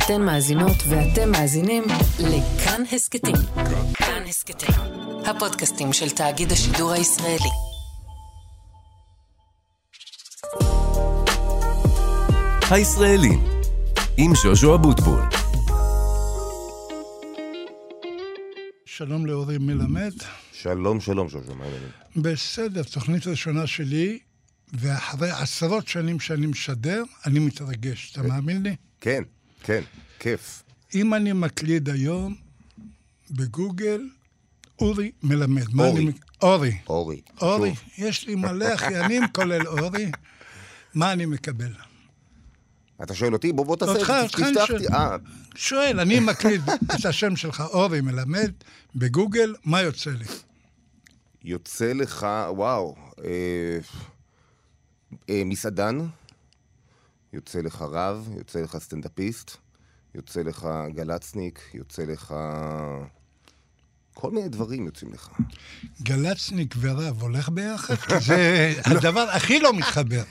אתן מאזינות ואתם מאזינים לכאן הסקטים. כאן הסקטים, הפודקאסטים של תאגיד השידור הישראלי. הישראלים, עם ז'וז'ו אבוטבול. שלום לאורי מלמד. שלום, ז'וז'ו, מה העניינים? בסדר, תוכנית ראשונה שלי, ואחרי עשרות שנים שאני משדר, אני מתרגש. אתה מאמין לי? כן, כיף. אם אני מקליד היום בגוגל, אורי מלמד. אורי. יש לי מלא אחיינים, כולל אורי. מה אני מקבל? אתה שואל אותי? בוא תעשה, תפתחתי. שואל, אני מקליד את השם שלך, אורי מלמד, בגוגל, מה יוצא לי? יוצא לך, וואו, מסעדן, יוצא לך רב, יוצא לך סטנדאפיסט, יוצא לך גלצניק, יוצא לך... כל מיני דברים יוצאים לך. גלצניק ורב הולך ביחד? זה הדבר הכי לא מתחבר.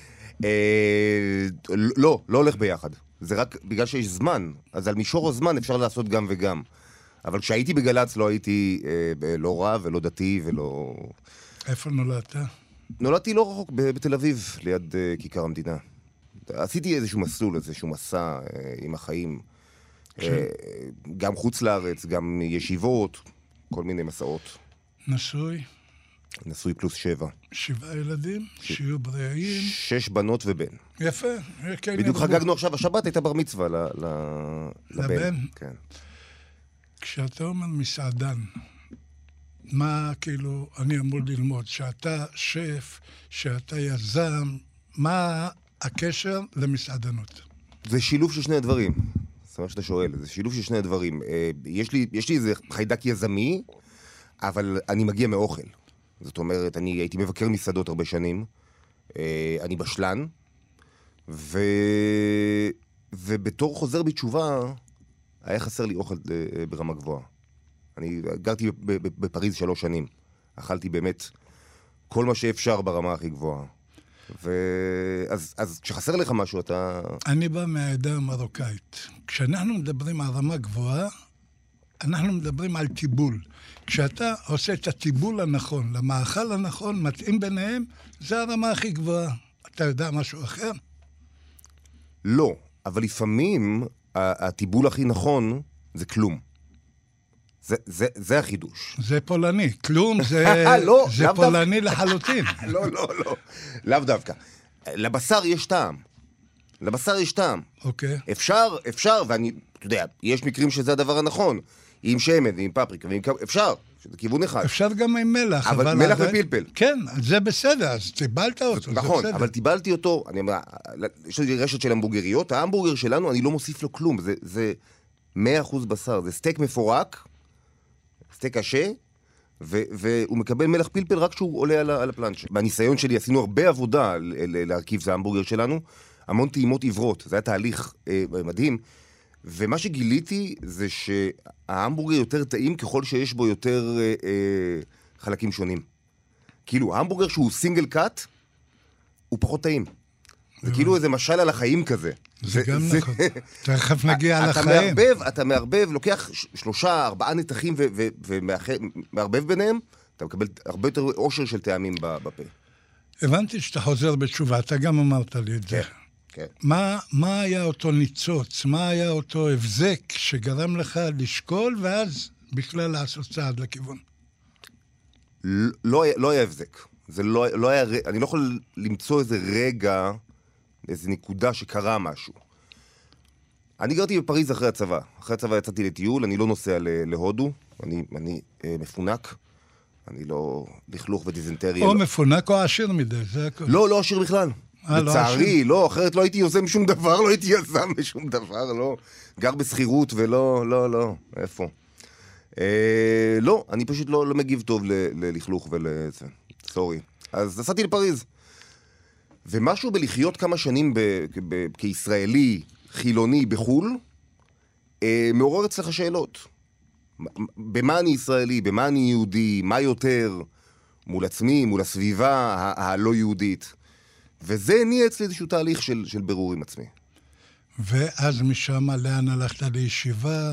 לא הולך ביחד. זה רק בגלל שיש זמן. אז על מישור הזמן אפשר לעשות גם וגם. אבל כשהייתי בגלץ לא הייתי לא רב ולא דתי ולא... איפה נולדת? נולדתי לא רחוק, בתל אביב, ליד כיכר המדינה. עשיתי איזשהו מסלול, איזשהו מסע עם החיים. גם חוץ לארץ, גם ישיבות, כל מיני מסעות. נשוי? נשוי פלוס 7. 7 ילדים, שיהיו בריאים. 6 בנות ובן. יפה. בדיוק חגגנו עכשיו, השבת הייתה בר מצווה לבן. כן. כשאתה אומר מסעדן, מה כאילו אני אמור ללמוד? שאתה שף, שאתה יזם, מה הקשר למסעדנות? זה שילוב של שני הדברים. זה מה שאתה שואל, זה שילוב של שני הדברים. יש לי איזה חיידק יזמי, אבל אני מגיע מאוכל. זאת אומרת, אני הייתי מבקר מסעדות הרבה שנים, אני בשלן, ובתור חוזר בתשובה, היה חסר לי אוכל ברמה גבוהה. אני גרתי בפריז 3 שנים. אכלתי באמת כל מה שאפשר ברמה הכי גבוהה. אז כשחסר לך משהו, אתה... אני בא מהעדה המרוקאית. כשאנחנו מדברים על רמה גבוהה, אנחנו מדברים על טיבול. כשאתה עושה את הטיבול הנכון, למאכל הנכון, מתאים ביניהם, זה הרמה הכי גבוהה. אתה יודע משהו אחר? לא, אבל לפעמים הטיבול הכי נכון זה כלום. זה החידוש. זה פולני. כלום זה פולני לחלוטין. לא. לאו דווקא. לבשר יש טעם. אוקיי. אפשר, ואני, אתה יודע, יש מקרים שזה הדבר הנכון. עם שמן, עם פפריקה, אפשר. שזה כיוון אחד. אפשר גם עם מלח. אבל מלח ופלפל. כן, זה בסדר, אז טיבלת אותו. נכון, אבל טיבלתי אותו, אני אומר, יש לי רשת של המבורגריות, ההמבורגר שלנו, אני לא מוסיף לו כלום, זה 100% בשר, זה סטייק מפורק, סטייק קשה, והוא מקבל מלח פלפל רק כשהוא עולה על הפלנצ'ה. בניסיון שלי עשינו הרבה עבודה להרכיב זה ההמבורגר שלנו, המון טעימות עברות, זה היה תהליך מדהים, ומה שגיליתי זה שההמבורגר יותר טעים ככל שיש בו יותר חלקים שונים. כאילו, ההמבורגר שהוא סינגל קאט, הוא פחות טעים. זה כאילו איזה משל על החיים כזה. זה גם נכון. תכף נגיע על החיים. אתה מערבב, לוקח 3-4 נתחים ומערבב ביניהם, אתה מקבל הרבה יותר אושר של טעמים בפה. הבנתי שאתה חוזר בתשובה, אתה גם אמרת לי את זה. כן. מה היה אותו ניצוץ? מה היה אותו הבזק שגרם לך לשקול ואז בכלל לעשות צעד לכיוון? לא היה הבזק. לא היה, אני לא יכול למצוא איזה רגע, איזה נקודה שקרה משהו. אני גרתי בפריז אחרי הצבא. אחרי הצבא יצאתי לטיול, אני לא נוסע להודו, אני מפונק. אני לא לכלוך ודיזנטריה. או מפונק או עשיר מדי, זה הכל. לא עשיר בכלל. לצערי, לא, אחרת לא הייתי יוזם שום דבר, לא הייתי יזם בשום דבר, לא. גר בסחירות ולא, איפה? לא, אני פשוט לא מגיב טוב ללכלוך ולזה. סורי. אז נסעתי לפריז. ומשהו בלחיות כמה שנים כישראלי, חילוני, בחול, מעורר אצלך שאלות. במה אני ישראלי, במה אני יהודי, מה יותר מול עצמי, מול הסביבה הלא יהודית. וזה הניע אצלי איזשהו תהליך של בירור עם עצמי. ואז משם לאן הלכת לישיבה?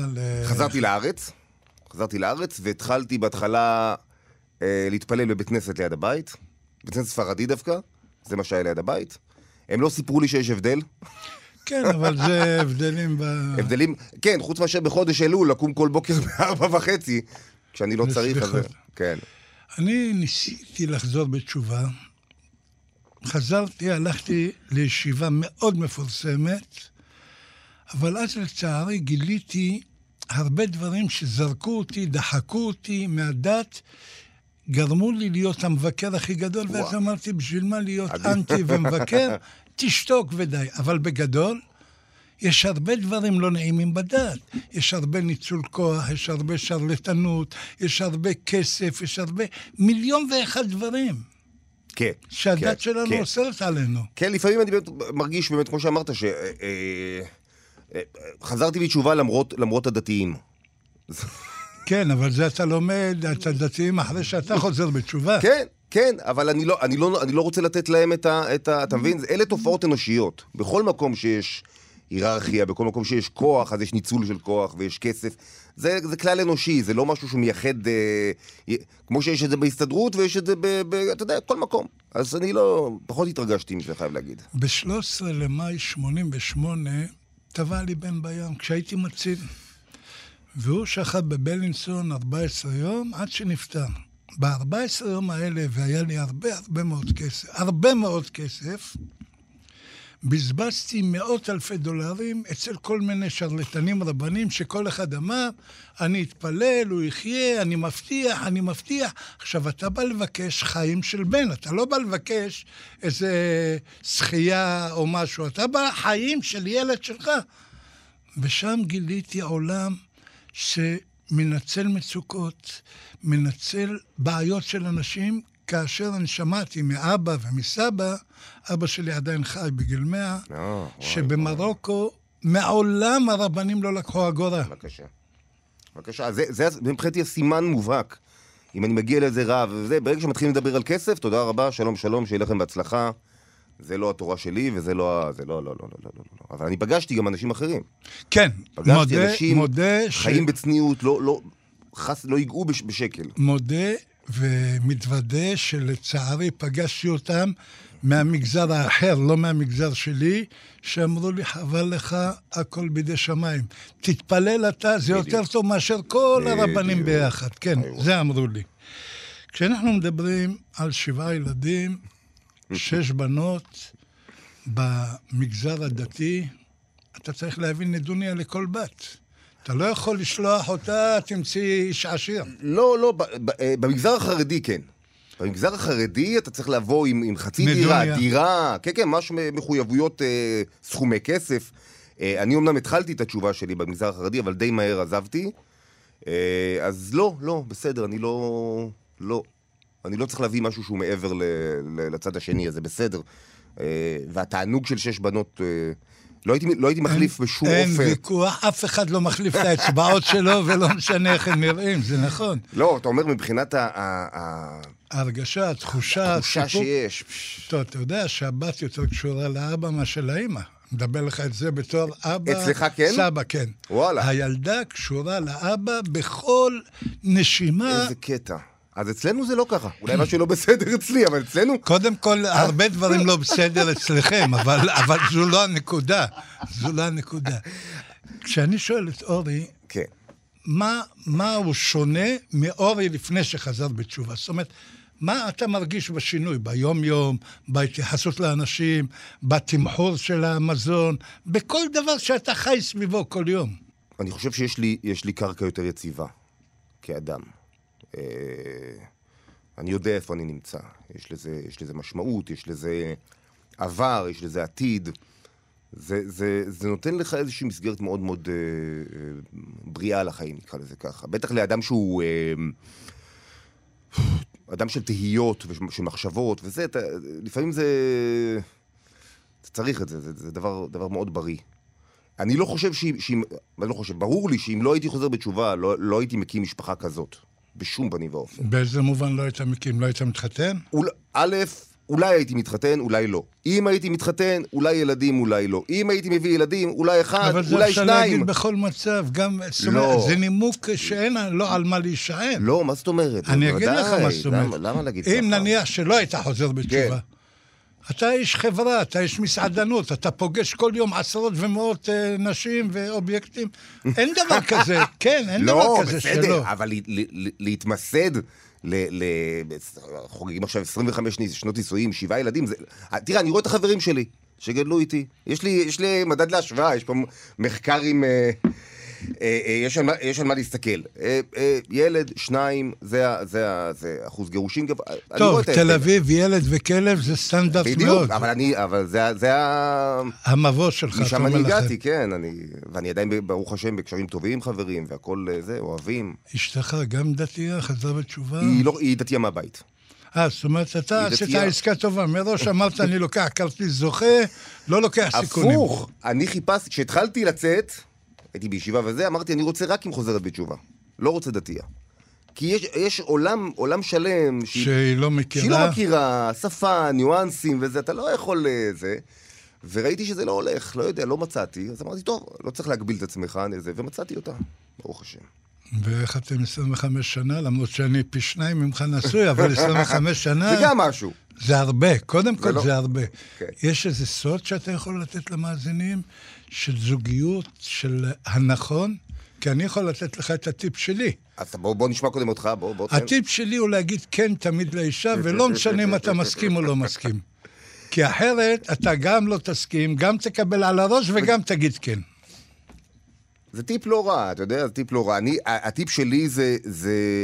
חזרתי לארץ, והתחלתי בהתחלה להתפלל בבית כנסת ליד הבית. בית כנסת ספרדי דווקא, זה מה שהיה ליד הבית. הם לא סיפרו לי שיש הבדל. כן, אבל זה הבדלים הבדלים, כן, חוץ מאשר בחודש אלול, לקום כל בוקר ב4:30, כשאני לא צריך, אז כן. אני ניסיתי לחזור בתשובה. חזרתי, הלכתי לישיבה מאוד מפורסמת, אבל אז לצערי גיליתי הרבה דברים שזרקו אותי, דחקו אותי מהדת, גרמו לי להיות המבקר הכי גדול, ואז אמרתי, בשביל מה להיות אנטי ומבקר? תשתוק ודי. אבל בגדול, יש הרבה דברים לא נעימים בדת. יש הרבה ניצול כוח, יש הרבה שרלטנות, יש הרבה כסף, יש הרבה 1,001,000 דברים. כן. שהדת שלנו אוסרת עלינו. כן, לפעמים אני מרגיש באמת, כמו שאמרת, חזרתי בתשובה למרות הדתיים. כן, אבל זה אתה לומד, את הדתיים אחרי שאתה חוזר בתשובה. כן, כן, אבל אני לא רוצה לתת להם אתה מבין? אלה תופעות אנושיות. בכל מקום שיש היררכיה, בכל מקום שיש כוח, אז יש ניצול של כוח ויש כסף. זה כלל אנושי, זה לא משהו שמייחד, כמו שיש את זה בהסתדרות ויש את זה אתה יודע, כל מקום. אז אני פחות התרגשתי מזה, חייב להגיד. ב-13 למאי 88 טבע לי בן בים, כשהייתי מציל. והוא שכב בבלינסון 14 יום עד שנפטר. ב-14 יום האלה, והיה לי הרבה מאוד כסף, בזבזתי $100,000 אצל כל מיני שרלטנים רבנים, שכל אחד אמר, אני אתפלל, הוא יחיה, אני מבטיח. עכשיו, אתה בא לבקש חיים של בן, אתה לא בא לבקש איזה שחייה או משהו, אתה בא חיים של ילד שלך. ושם גיליתי עולם שמנצל מצוקות, מנצל בעיות של אנשים, כאשר אני שמעתי מאבא ומסבא, אבא שלי עדיין חי בגיל 100, שבמרוקו מעולם הרבנים לא לקחו אגורה. בבקשה. זה מבחינתי הסימן מובהק. אם אני מגיע לאיזה רב, ברגע שמתחילים לדבר על כסף, תודה רבה, שלום, שיהיה לכם בהצלחה. זה לא התורה שלי, וזה לא... לא. אבל אני פגשתי גם אנשים אחרים. כן, פגשתי אנשים חיים בצניעות, לא ייגעו בשקל. מודה ומתוודה שלצערי פגשתי אותם מהמגזר האחר, לא מהמגזר שלי, שאמרו לי, חבל לך, הכל בידי שמיים. תתפלל אתה, זה יותר טוב מאשר כל הרבנים ביחד. כן, זה אמרו לי. כשאנחנו מדברים על 7 ילדים, 6 בנות במגזר הדתי, אתה צריך להבין נדוניה לכל בת. אתה לא יכול לשלוח אותה, תמציא איש עשיר. לא, במגזר החרדי כן. במגזר החרדי אתה צריך לבוא עם חצי דירה, כן, משהו מחויבויות סכומי כסף. אני אומנם התחלתי את התשובה שלי במגזר החרדי, אבל די מהר עזבתי. אז לא, בסדר, אני לא צריך להביא משהו שהוא מעבר לצד השני, אז זה בסדר. והתענוג של 6 בנות... לא הייתי מחליף בשום אופן. אין ויכוח, אף אחד לא מחליף את האצבעות שלו, ולא משנה איך הם נראים, זה נכון. לא, אתה אומר מבחינת ההרגשה, התחושה שיש. טוב, אתה יודע שהבת יותר קשורה לאבא מה של האמא. מדבר לך את זה בתור אבא. אצלך כן? סבא, כן. וואלה. הילדה קשורה לאבא בכל נשימה. איזה קטע. אז אצלנו זה לא ככה. אולי משהו לא בסדר אצלי, אבל אצלנו... קודם כל, הרבה דברים לא בסדר אצלכם, אבל זו לא הנקודה. כשאני שואל את אורי, כן. מה הוא שונה מאורי לפני שחזר בתשובה? זאת אומרת, מה אתה מרגיש בשינוי? ביום-יום, בהתייחסות לאנשים, בתמחור של המזון, בכל דבר שאתה חי סביבו כל יום. אני חושב שיש לי קרקע יותר יציבה, כאדם. אני יודע איפה אני נמצא. יש לזה משמעות, יש לזה עבר, יש לזה עתיד. זה נותן לך איזושהי מסגרת מאוד מאוד בריאה לחיים, נקרא לזה ככה. בטח לאדם שהוא אדם של תהיות ושל מחשבות, וזה, לפעמים זה צריך את זה, זה דבר מאוד בריא. אני לא חושב ברור לי שאם לא הייתי חוזר בתשובה, לא הייתי מקים משפחה כזאת. בשום פנים ואופן. באיזה מובן לא היית מקים? לא היית מתחתן? א', אולי הייתי מתחתן, אולי לא. אם הייתי מתחתן, אולי ילדים, אולי לא. אם הייתי מביא ילדים, אולי אחד, אולי שניים. אבל זה אפשר להגיד בכל מצב, גם, לא. זה נימוק שאין, לא על מה להישען. לא, מה זאת אומרת? אני אגיד לך מה זאת אומרת. למה להגיד ככה? אם נניח שלא היית חוזר בתשובה, אתה איש חברה, אתה איש מסעדנות, אתה פוגש כל יום עשרות ומאות נשים ואובייקטים. אין דבר כזה, כן, אין דבר כזה שלא. לא, בסדר, אבל להתמסד, חוגגים עכשיו 25 שנות נישואים, 7 ילדים, תראה, אני רואה את החברים שלי שגדלו איתי. יש לי מדד להשוואה, יש פה מחקר עם... יש על מה להסתכל. ילד, 2, זה אחוז גירושים. טוב, תל אביב, ילד וכלב זה סטנדרט מאוד. בדיוק, אבל זה המבוא שלך. משם אני הגעתי, כן. ואני עדיין, ברוך השם, בקשרים טובים, חברים, והכל זה, אוהבים. אשתך גם דתייה, חזרה בתשובה? היא דתייה מהבית. זאת אומרת, אתה עשית עסקה טובה. מראש אמרת, אני לוקח כרטיס זוכה, לא לוקח סיכונים. הפוך, אני חיפשתי, כשהתחלתי לצאת, הייתי בישיבה וזה, אמרתי, אני רוצה רק עם חוזרת בתשובה. לא רוצה דתייה. כי יש עולם שלם שהיא לא מכירה. שהיא לא מכירה, שפה, ניואנסים וזה, אתה לא יכול זה. וראיתי שזה לא הולך, לא יודע, לא מצאתי. אז אמרתי, טוב, לא צריך להגביל את עצמך, ומצאתי אותה, ברוך השם. ואיך אתם 25 שנה, למרות שאני פי 2 ממך נשוי, אבל 25 שנה... זה גם משהו. זה הרבה, קודם כל זה הרבה. כן. יש איזה סוד שאתה יכול לתת למאזינים, של זוגיות, של הנכון, כי אני יכול לתת לך את הטיפ שלי. אז בוא נשמע קודם אותך, בוא. הטיפ שלי הוא להגיד כן תמיד לאישה, ולא משנה אם אתה מסכים או לא מסכים. כי אחרת אתה גם לא תסכים, גם תקבל על הראש וגם תגיד כן. זה טיפ לא רע, אתה יודע, זה טיפ לא רע. הטיפ שלי זה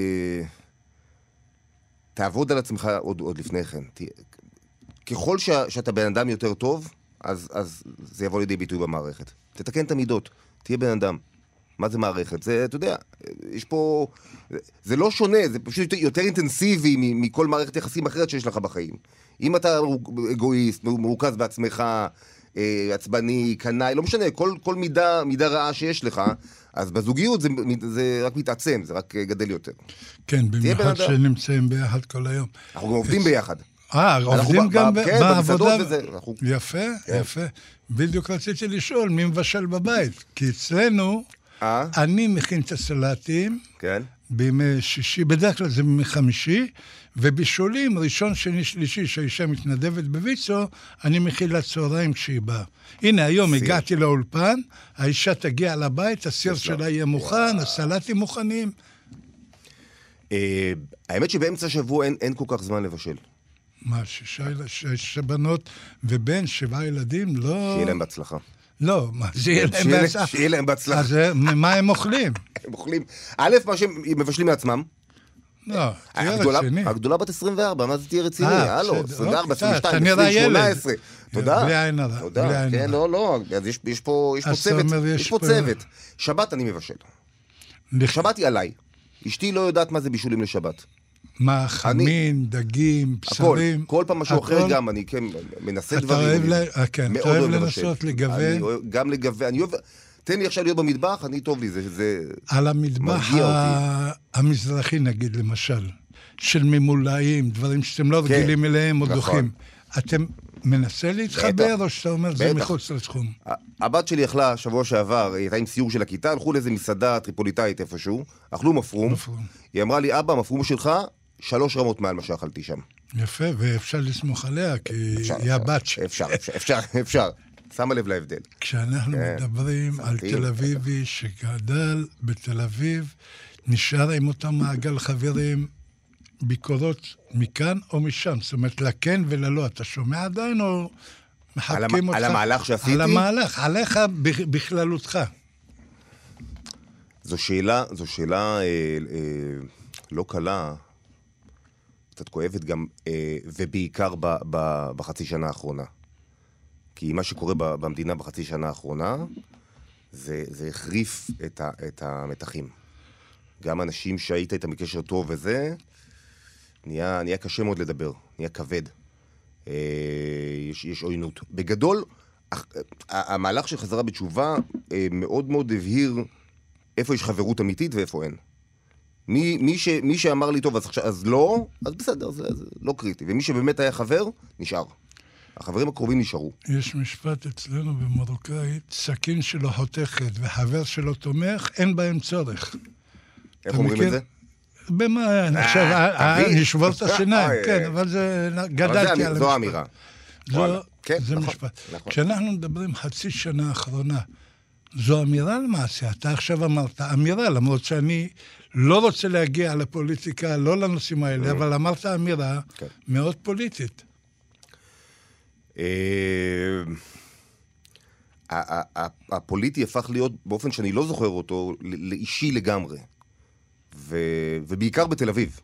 תעבוד על עצמך עוד לפני כן. ככל שאתה בן אדם יותר טוב, אז זה יבוא לידי ביטוי במערכת. תתקן את המידות, תהיה בן אדם. מה זה מערכת? זה, אתה יודע, יש פה... זה לא שונה, זה פשוט יותר אינטנסיבי מכל מערכת יחסים אחרת שיש לך בחיים. אם אתה אגואיסט, מרוכז בעצמך, עצבני, קנאי, לא משנה, כל מידה רעה שיש לך, אז בזוגיות זה רק מתעצם, זה רק גדל יותר. כן, במיוחד שנמצאים ביחד כל היום. אנחנו גם עובדים ביחד. עובדים גם בעבודה. יפה, כן. יפה. בדיוק רציתי לשאול, מי מבשל בבית? כי אצלנו, אני מכין את הסלטים, כן. בימי שישי, בדרך כלל זה בימי חמישי, ובישולים, ראשון, שני, שלישי, שהאישה מתנדבת בויצו, אני מכין לצהריים כשהיא באה. הנה, היום הגעתי לאולפן, האישה תגיע לבית, הסיר שלה יהיה מוכן, הסלטים מוכנים. האמת שבאמצע השבוע אין כל כך זמן לבשל. מה, 6 בנות ובן 7 ילדים, לא... שיהיה להם בהצלחה. לא, שיהיה להם בהצלחה. אז מה הם אוכלים? הם אוכלים. א', מה שהם מבשלים מעצמם. לא, תהיה רציני. הגדולה בת 24, מה זה תהיה רציני? הלו, 24, 22, 18. תודה. בלי עין הרע. תודה. כן, לא, אז יש פה צוות. שבת אני מבשל. שבת היא עליי. אשתי לא יודעת מה זה בישולים לשבת. מה, חמין, דגים, בשרים? כל פעם משהו אחר גם, אני מנסה דברים. אתה אוהב לנסות לגוון? גם לגוון, אני אוהב... תן לי עכשיו להיות במטבח, אני טוב לי, זה... על המטבח המזרחי נגיד למשל, של ממולאים, דברים שאתם לא רגילים אליהם או דוחים. אתם מנסה להתחבר או שאתה אומר זה מחוץ לתחום? הבת שלי אכלה שבוע שעבר, היא הייתה עם סיור של הכיתה, הלכו לאיזה מסעדה טריפוליטאית איפשהו, אכלו מפרום, היא אמרה לי, אבא, מפרום שלך 3 רמות מעל מה שאכלתי שם. יפה, ואפשר לסמוך עליה, כי היא הבת שלי. אפשר. שמה לב להבדל. כשאנחנו מדברים על תל אביבי שגדל בתל אביב, נשאר עם אותם מעגל חברים, ביקורות מכאן או משם, זאת אומרת, לכן וללא, אתה שומע עדיין או מחכים אותך? על המהלך שעשיתי? על המהלך, עליך בכללותך. זו שאלה לא קלה, קצת כואבת גם, ובעיקר בחצי שנה האחרונה. כי מה שקורה במדינה בחצי שנה האחרונה, זה החריף את המתחים. גם אנשים שהיית איתם בקשר טוב וזה, נהיה קשה מאוד לדבר, נהיה כבד. יש עוינות. בגדול, המהלך של חזרה בתשובה מאוד מאוד הבהיר איפה יש חברות אמיתית ואיפה אין. מי שאמר לי, טוב, אז לא, אז בסדר, זה לא קריטי. ומי שבאמת היה חבר, נשאר. החברים הקרובים נשארו. יש משפט אצלנו במרוקאית, סכין שלו חותכת וחבר שלו תומך, אין בהם צורך. איך אומרים את זה? במה, עכשיו, נשבור את השיניים, כן, אבל זה, גדלתי על המשפט. זו האמירה. זה משפט. כשאנחנו מדברים חצי שנה האחרונה, זו אמירה למעשה, אתה עכשיו אמרת אמירה, למרות שאני לא רוצה להגיע לפוליטיקה, לא לנושאים האלה, אבל אמרת אמירה מאוד פוליטית. הפוליטי הפך להיות, באופן שאני לא זוכר אותו, לאישי לגמרי. ובעיקר בתל אביב.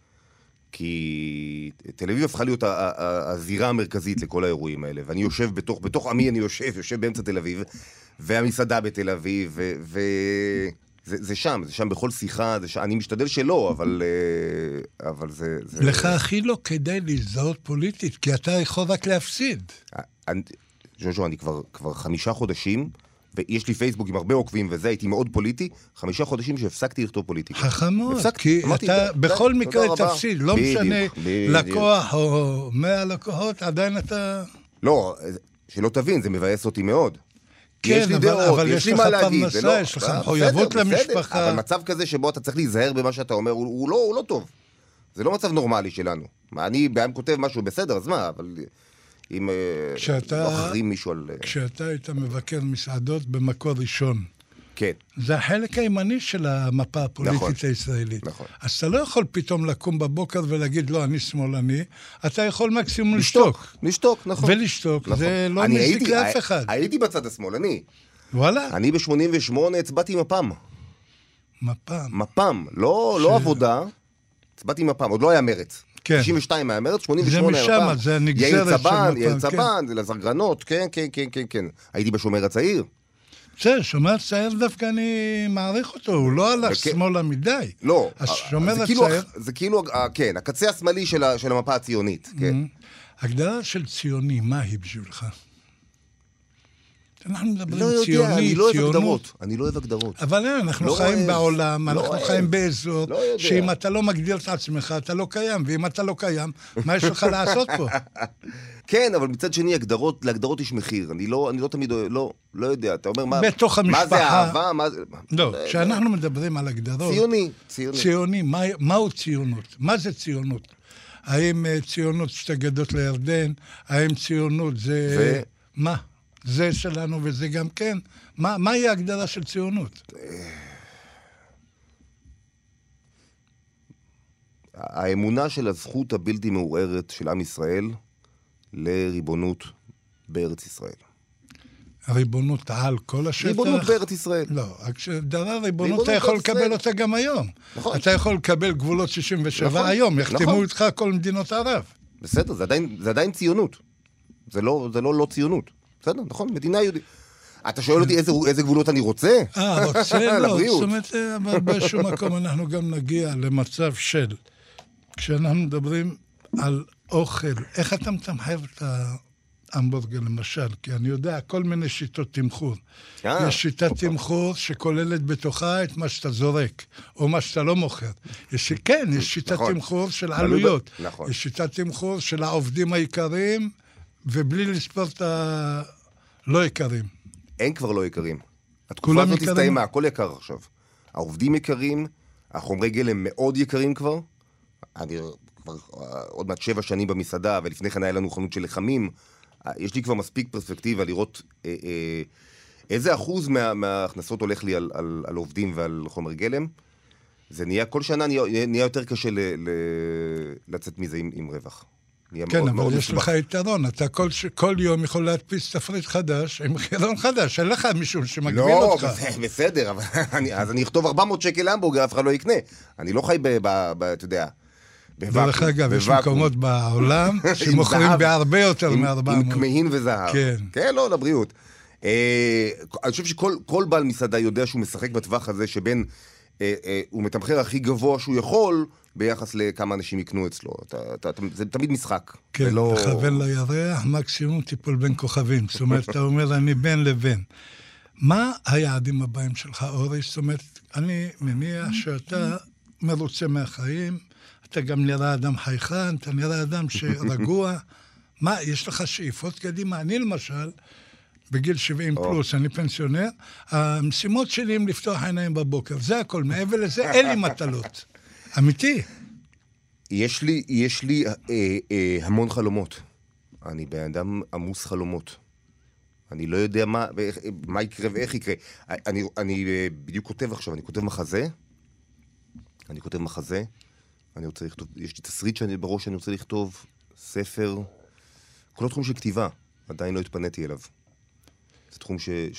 כי תל אביב הפכה להיות הזירה המרכזית לכל האירועים האלה. ואני יושב בתוך עמי אני יושב באמצע תל אביב, והמסעדה בתל אביב, זה שם בכל שיחה, אני משתדל שלא, אבל זה... לך הכי לא כדאי להזדהות פוליטית, כי אתה יכול רק להפסיד. ז'וז'ו, אני כבר 5 חודשים, ויש לי פייסבוק עם הרבה עוקבים, וזה הייתי מאוד פוליטי, 5 חודשים שהפסקתי לכתוב פוליטיקה. חכם מאוד, כי אתה בכל מקרה תפסיד, לא משנה לקוח או 100 לקוחות, עדיין אתה... לא, שלא תבין, זה מבאס אותי מאוד. כן, אבל יש לך פרנסה, יש לך מחויבות למשפחה. אבל מצב כזה שבו אתה צריך להיזהר במה שאתה אומר, הוא לא טוב. זה לא מצב נורמלי שלנו. אני בעם כותב משהו בסדר, אז מה, אבל... אם לא אחרים מישהו על... כשאתה היית מבקר מסעדות במקור ראשון, כן. זה החלק הימני של המפה הפוליטית הישראלית. נכון. אז אתה לא יכול פתאום לקום בבוקר ולהגיד, לא, אני שמאלני, אתה יכול מקסימום לשתוק. לשתוק, נכון. ולשתוק, זה לא מזיק לאף אחד. הייתי בצד השמאלני. וואלה? אני ב-88 הצבעתי מפ"ם. מפ"ם, לא עבודה, הצבעתי מפ"ם, עוד לא היה מרץ. כן. 92 היה מרץ, 88 היה מפ"ם. זה נגזרת של מפ"ם. יאיר צבן, זה לזרגנות, כן. הייתי בשומר הצעיר. בסדר, שומר הצעיר דווקא אני מעריך אותו, הוא לא הלך שמאלה מדי. לא, השומר הצעיר... זה כאילו, כן, הקצה השמאלי של המפה הציונית, כן. הגדרה של ציוני, מה היא בשבילך? אנחנו מדברים ציוני, ציונות. אני לא אוהב הגדרות. אבל אנחנו חיים בעולם, אנחנו חיים באזור, שאם אתה לא מגדיר את עצמך, אתה לא קיים, ואם אתה לא קיים, מה יש לך לעשות פה? כן, אבל מצד שני, להגדרות יש מחיר. אני לא תמיד, לא יודע. אתה אומר, בתוך המשפחה... מה זה אהבה? לא, כשאנחנו מדברים על הגדרות... ציוני. מהו ציונות? מה זה ציונות? האם ציונות שתי גדות לירדן? האם ציונות זה... מה? זה שלנו וזה גם כן. מהי ההגדרה של ציונות? האמונה של הזכות הבלתי מעורערת של עם ישראל לריבונות בארץ ישראל. הריבונות על כל השטח? ריבונות בארץ ישראל. לא, כשדרה ריבונות אתה יכול לקבל אותה גם היום. נכון. אתה יכול לקבל גבולות 67 היום, יחתמו איתך כל מדינות ערב. בסדר, זה עדיין ציונות. זה לא ציונות. בסדר, נכון, מדינה יהודית. אתה שואל אותי איזה גבולות אני רוצה? רוצה? לא, זאת אומרת, אבל באיזשהו מקום אנחנו גם נגיע למצב של, כשאנחנו מדברים על אוכל, איך אתה מתמחר את ההמבורגר למשל? כי אני יודע, כל מיני שיטות תמחור. יש שיטת תמחור שכוללת בתוכה את מה שאתה זורק, או מה שאתה לא מוכר. כן, יש שיטת תמחור של עלויות. יש שיטת תמחור של העובדים העיקריים, ובלי לספור את הלא יקרים. אין כבר לא יקרים. התקופה הזאת הסתיימה, הכל יקר עכשיו. העובדים יקרים, החומרי גלם מאוד יקרים כבר. אני כבר עוד מעט 7 שנים במסעדה, ולפני כן היה לנו חנות של לחמים. יש לי כבר מספיק פרספקטיבה לראות איזה אחוז מההכנסות הולך לי על עובדים ועל חומר גלם. זה נהיה, כל שנה נהיה יותר קשה לצאת מזה עם רווח. כן, אבל יש לך יתרון, אתה כל יום יכול להדפיס תפריט חדש, עם חידון חדש, אין לך מישהו שמגביל אותך. לא, בסדר, אז אני אכתוב 400 שקל המבורגר, אף אחד לא יקנה. אני לא חי אתה יודע, בוואקום. דרך אגב, יש מקומות בעולם שמוכרים בהרבה יותר מ-400. עם כמהין וזהב. כן, לא, לבריאות. אני חושב שכל בעל מסעדה יודע שהוא משחק בטווח הזה, שבין הוא מתמחר הכי גבוה שהוא יכול, ביחס לכמה אנשים יקנו אצלו. זה תמיד משחק. כן, לכוון לירח, מקסימום טיפול בין כוכבים. זאת אומרת, אתה אומר, אני בין לבין. מה היעדים הבאים שלך, אורי? זאת אומרת, אני מניח שאתה מרוצה מהחיים, אתה גם נראה אדם חייכן, אתה נראה אדם שרגוע. מה, יש לך שאיפות קדימה? אני למשל, בגיל 70 פלוס, אני פנסיונר, המשימות שלי הם לפתוח עיניים בבוקר, זה הכל, מעבר לזה אין לי מטלות. אמיתי. יש לי המון חלומות. אני בן אדם עמוס חלומות. אני לא יודע מה יקרה ואיך יקרה. אני בדיוק כותב עכשיו, אני כותב מחזה, אני רוצה לכתוב, יש לי תסריט בראש שאני רוצה לכתוב, ספר, כל התחום של כתיבה, עדיין לא התפניתי אליו. זה תחום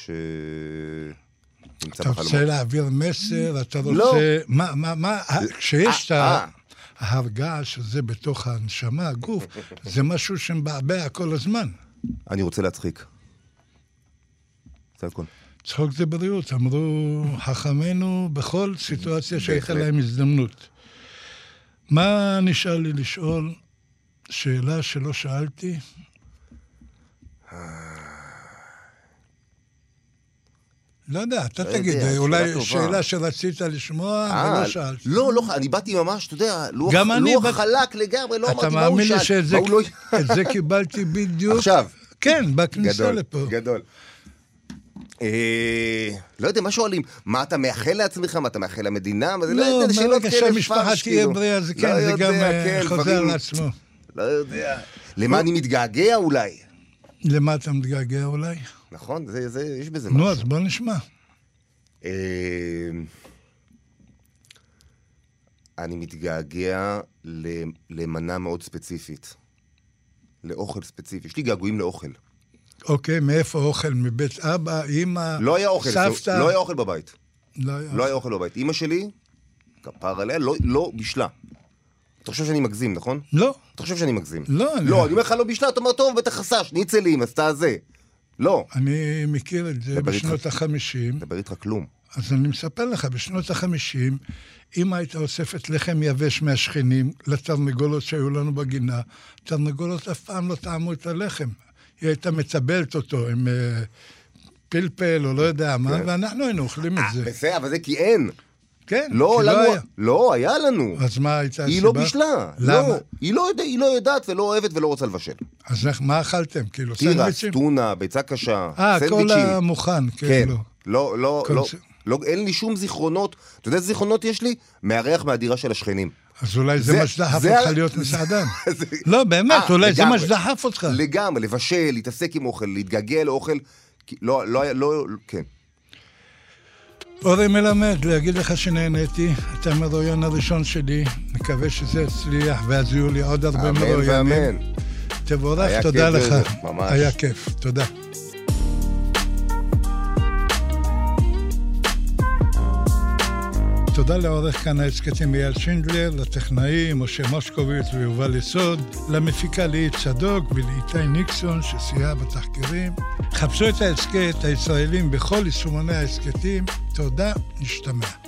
אתה רוצה להעביר מסר, אתה רוצה... מה, כשיש את ההרגעה שזה בתוך הנשמה, הגוף, זה משהו שמבעבע כל הזמן. אני רוצה להצחיק. זה הכל. צחוק זה בריאות, אמרו חכמינו בכל סיטואציה שהייתה להם הזדמנות. מה נשאר לי לשאול? שאלה שלא שאלתי? לא יודע, אתה תגיד, אולי שאלה שרצית לשמוע ולא שאלת. לא, אני באתי ממש, אתה יודע, לוח חלק לגמרי, לא אמרתי מה הוא שאל. אתה מאמין לי שאת זה קיבלתי בדיוק? עכשיו. כן, בכניסה לפה. גדול. לא יודע, מה שואלים? מה אתה מאחל לעצמך? מה אתה מאחל למדינה? לא, מרגע שהמשפחה תהיה בריאה, זה כן, זה גם חוזר לעצמו. לא יודע. למה אני מתגעגע אולי? למה אתה מתגעגע אולי? נכון, יש בזה משהו. נו, אז בוא נשמע. אני מתגעגע למנה מאוד ספציפית. לאוכל ספציפי. יש לי געגועים לאוכל. אוקיי, מאיפה אוכל? מבית אבא, אמא, לא היה אוכל, סבתא? לא היה אוכל בבית. לא היה אוכל בבית. אמא שלי, כפר עליה, לא בישלה. אתה חושב שאני מגזים, נכון? לא. אתה חושב שאני מגזים? לא, אני אומר לך לא בישלה, אתה אומר, טוב, בטח חסש, ניצלים, עשתה זה. לא. אני מכיר את זה בשנות ה-50. דבר איתך כלום. אז אני מספר לך, בשנות ה-50, אמא הייתה אוספת לחם יבש מהשכנים לתרנגולות שהיו לנו בגינה. תרנגולות אף פעם לא טעמו את הלחם. היא הייתה מצבלת אותו עם פלפל או לא יודע מה, ואנחנו היינו אוכלים את זה. בסדר, אבל זה כי אין. כן, לא, לא, היה לנו. אז מה הייתה הסיבה? היא לא בישלה. למה? היא לא יודעת ולא אוהבת ולא רוצה לבשל. אז מה אכלתם? כאילו, תירס, סנדוויצ'ים? טונה, ביצה קשה, סנדוויצ'ים. כל המוכן, כאילו. כן, לא, אין לי שום זיכרונות. אתה יודע איזה זיכרונות יש לי? מהריח מהדירה של השכנים. אז אולי זה מה שדחף אותך להיות מסעדן. לא, באמת, אולי זה מה שדחף אותך. לגמרי, לבשל, להתעסק עם אוכל, להתגעגע לאוכל. לא, כן. אורי מלמד, להגיד לך שנהניתי, אתה מרואיין הראשון שלי, מקווה שזה יצליח, ואז יהיו לי עוד הרבה מרואיינים. אמן. תבורך, תודה לך. ממש. היה כיף, תודה. תודה לעורך כאן ההסכתים אייל שינדלר, לטכנאים משה מושקוביץ ויובל יסוד, למפיקה ליהי צדוק ולאיתי ניקסון שסייע בתחקירים. חפשו את ההסכת הישראלים בכל יישומוני ההסכתים. תודה, נשתמע.